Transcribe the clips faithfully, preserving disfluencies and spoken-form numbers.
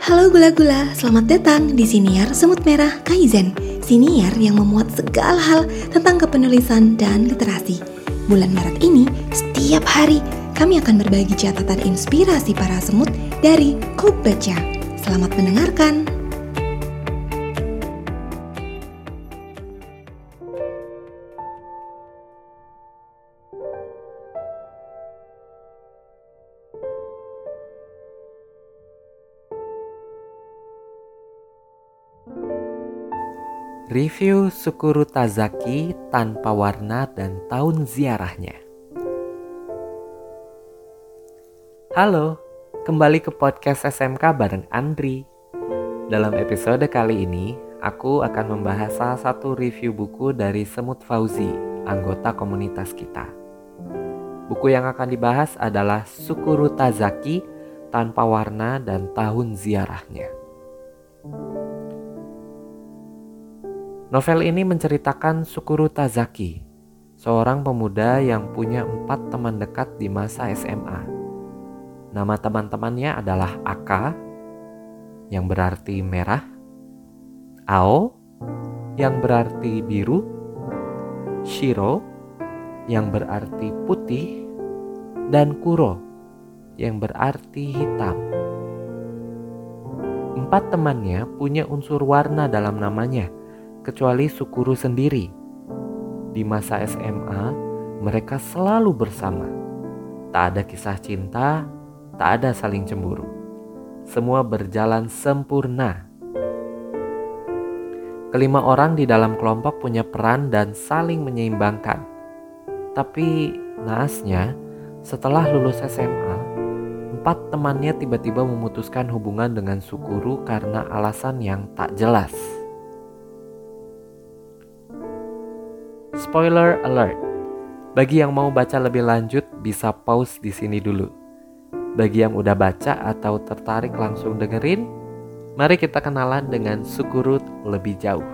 Halo gula-gula, selamat datang di Siniar Semut Merah Kaizen. Siniar yang memuat segala hal tentang kepenulisan dan literasi. Bulan Maret ini, setiap hari kami akan berbagi catatan inspirasi para semut dari Klub Baca. Selamat mendengarkan. Review Sukuru Tazaki tanpa warna dan tahun ziarahnya. Halo, kembali ke podcast S M K bareng Andri. Dalam episode kali ini, aku akan membahas salah satu review buku dari Semut Fauzi, anggota komunitas kita. Buku yang akan dibahas adalah Sukuru Tazaki tanpa warna dan tahun ziarahnya. Novel ini menceritakan Sukuru Tazaki, seorang pemuda yang punya empat teman dekat di masa S M A. Nama teman-temannya adalah Aka, yang berarti merah, Ao, yang berarti biru, Shiro, yang berarti putih, dan Kuro, yang berarti hitam. Empat temannya punya unsur warna dalam namanya, kecuali Sukuru sendiri. Di masa S M A, mereka selalu bersama. Tak ada kisah cinta, tak ada saling cemburu. Semua berjalan sempurna. Kelima orang di dalam kelompok punya peran dan saling menyeimbangkan. Tapi naasnya, setelah lulus S M A, empat temannya tiba-tiba memutuskan hubungan dengan Sukuru karena alasan yang tak jelas. Spoiler alert. Bagi yang mau baca lebih lanjut bisa pause di sini dulu. Bagi yang udah baca atau tertarik langsung dengerin, mari kita kenalan dengan Sukuru lebih jauh.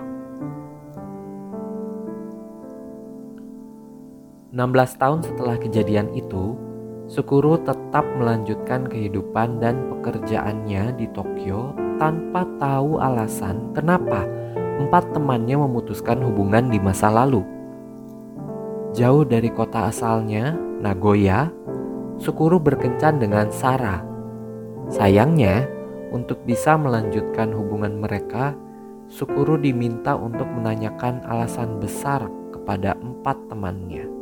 enam belas tahun setelah kejadian itu, Sukuru tetap melanjutkan kehidupan dan pekerjaannya di Tokyo tanpa tahu alasan kenapa empat temannya memutuskan hubungan di masa lalu. Jauh dari kota asalnya, Nagoya, Sukuru berkencan dengan Sara. Sayangnya, untuk bisa melanjutkan hubungan mereka, Sukuru diminta untuk menanyakan alasan besar kepada empat temannya.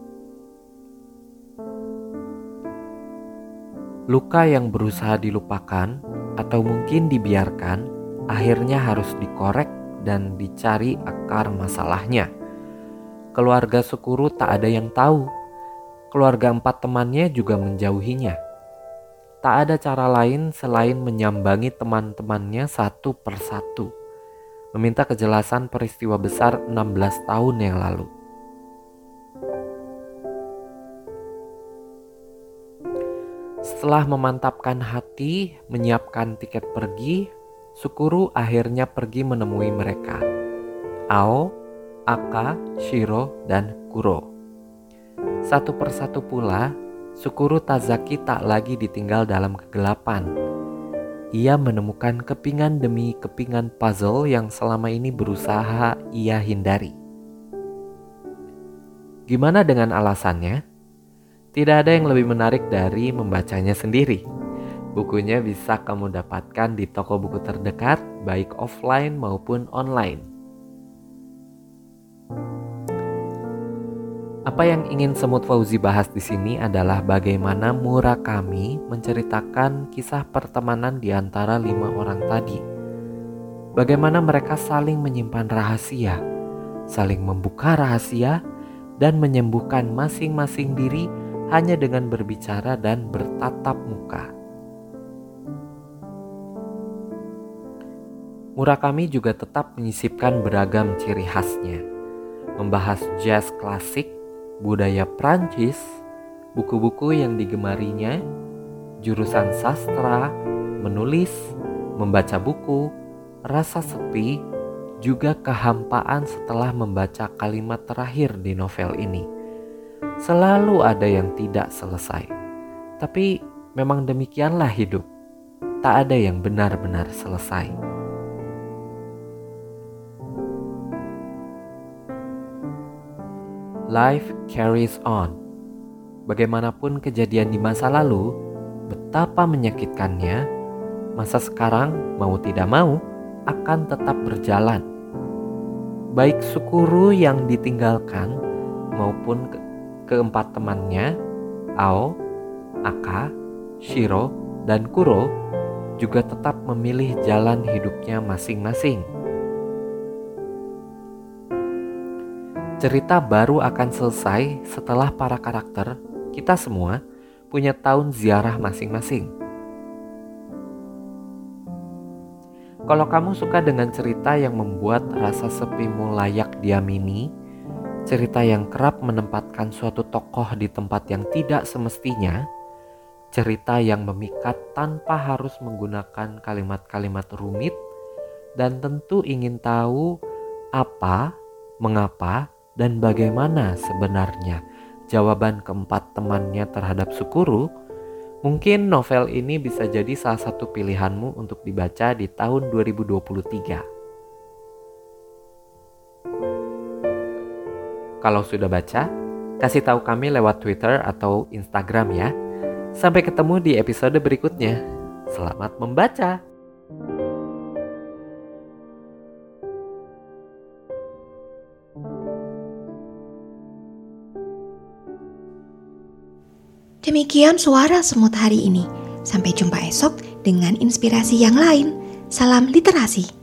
Luka yang berusaha dilupakan atau mungkin dibiarkan, akhirnya harus dikorek dan dicari akar masalahnya. Keluarga Sukuru tak ada yang tahu. Keluarga empat temannya juga menjauhinya. Tak ada cara lain selain menyambangi teman-temannya satu persatu, meminta kejelasan peristiwa besar enam belas tahun yang lalu. Setelah memantapkan hati, menyiapkan tiket pergi, Sukuru akhirnya pergi menemui mereka. Ao, Aka, Shiro, dan Kuro. Satu persatu pula, Sukuru Tazaki tak lagi ditinggal dalam kegelapan. Ia menemukan kepingan demi kepingan puzzle yang selama ini berusaha ia hindari. Gimana dengan alasannya? Tidak ada yang lebih menarik dari membacanya sendiri. Bukunya bisa kamu dapatkan di toko buku terdekat, baik offline maupun online. Apa yang ingin Semut Fauzi bahas di sini adalah bagaimana Murakami menceritakan kisah pertemanan di antara lima orang tadi. Bagaimana mereka saling menyimpan rahasia, saling membuka rahasia, dan menyembuhkan masing-masing diri hanya dengan berbicara dan bertatap muka. Murakami juga tetap menyisipkan beragam ciri khasnya, membahas jazz klasik, budaya Prancis, buku-buku yang digemarinya, jurusan sastra, menulis, membaca buku, rasa sepi, juga kehampaan setelah membaca kalimat terakhir di novel ini. Selalu ada yang tidak selesai, tapi memang demikianlah hidup. tak ada yang benar-benar selesai. Life carries on. Bagaimanapun kejadian di masa lalu, betapa menyakitkannya, masa sekarang mau tidak mau akan tetap berjalan. Baik Sukuru yang ditinggalkan maupun ke- keempat temannya, Ao, Aka, Shiro, dan Kuro juga tetap memilih jalan hidupnya masing-masing. Cerita baru akan selesai setelah para karakter, kita semua, punya tahun ziarah masing-masing. Kalau kamu suka dengan cerita yang membuat rasa sepimu layak diamini, cerita yang kerap menempatkan suatu tokoh di tempat yang tidak semestinya, cerita yang memikat tanpa harus menggunakan kalimat-kalimat rumit, dan tentu ingin tahu apa, mengapa, dan bagaimana sebenarnya jawaban keempat temannya terhadap Sukuru, mungkin novel ini bisa jadi salah satu pilihanmu untuk dibaca di tahun dua ribu dua puluh tiga. Kalau sudah baca, kasih tahu kami lewat Twitter atau Instagram ya. Sampai ketemu di episode berikutnya. Selamat membaca! Demikian suara semut hari ini. Sampai jumpa esok dengan inspirasi yang lain. Salam literasi.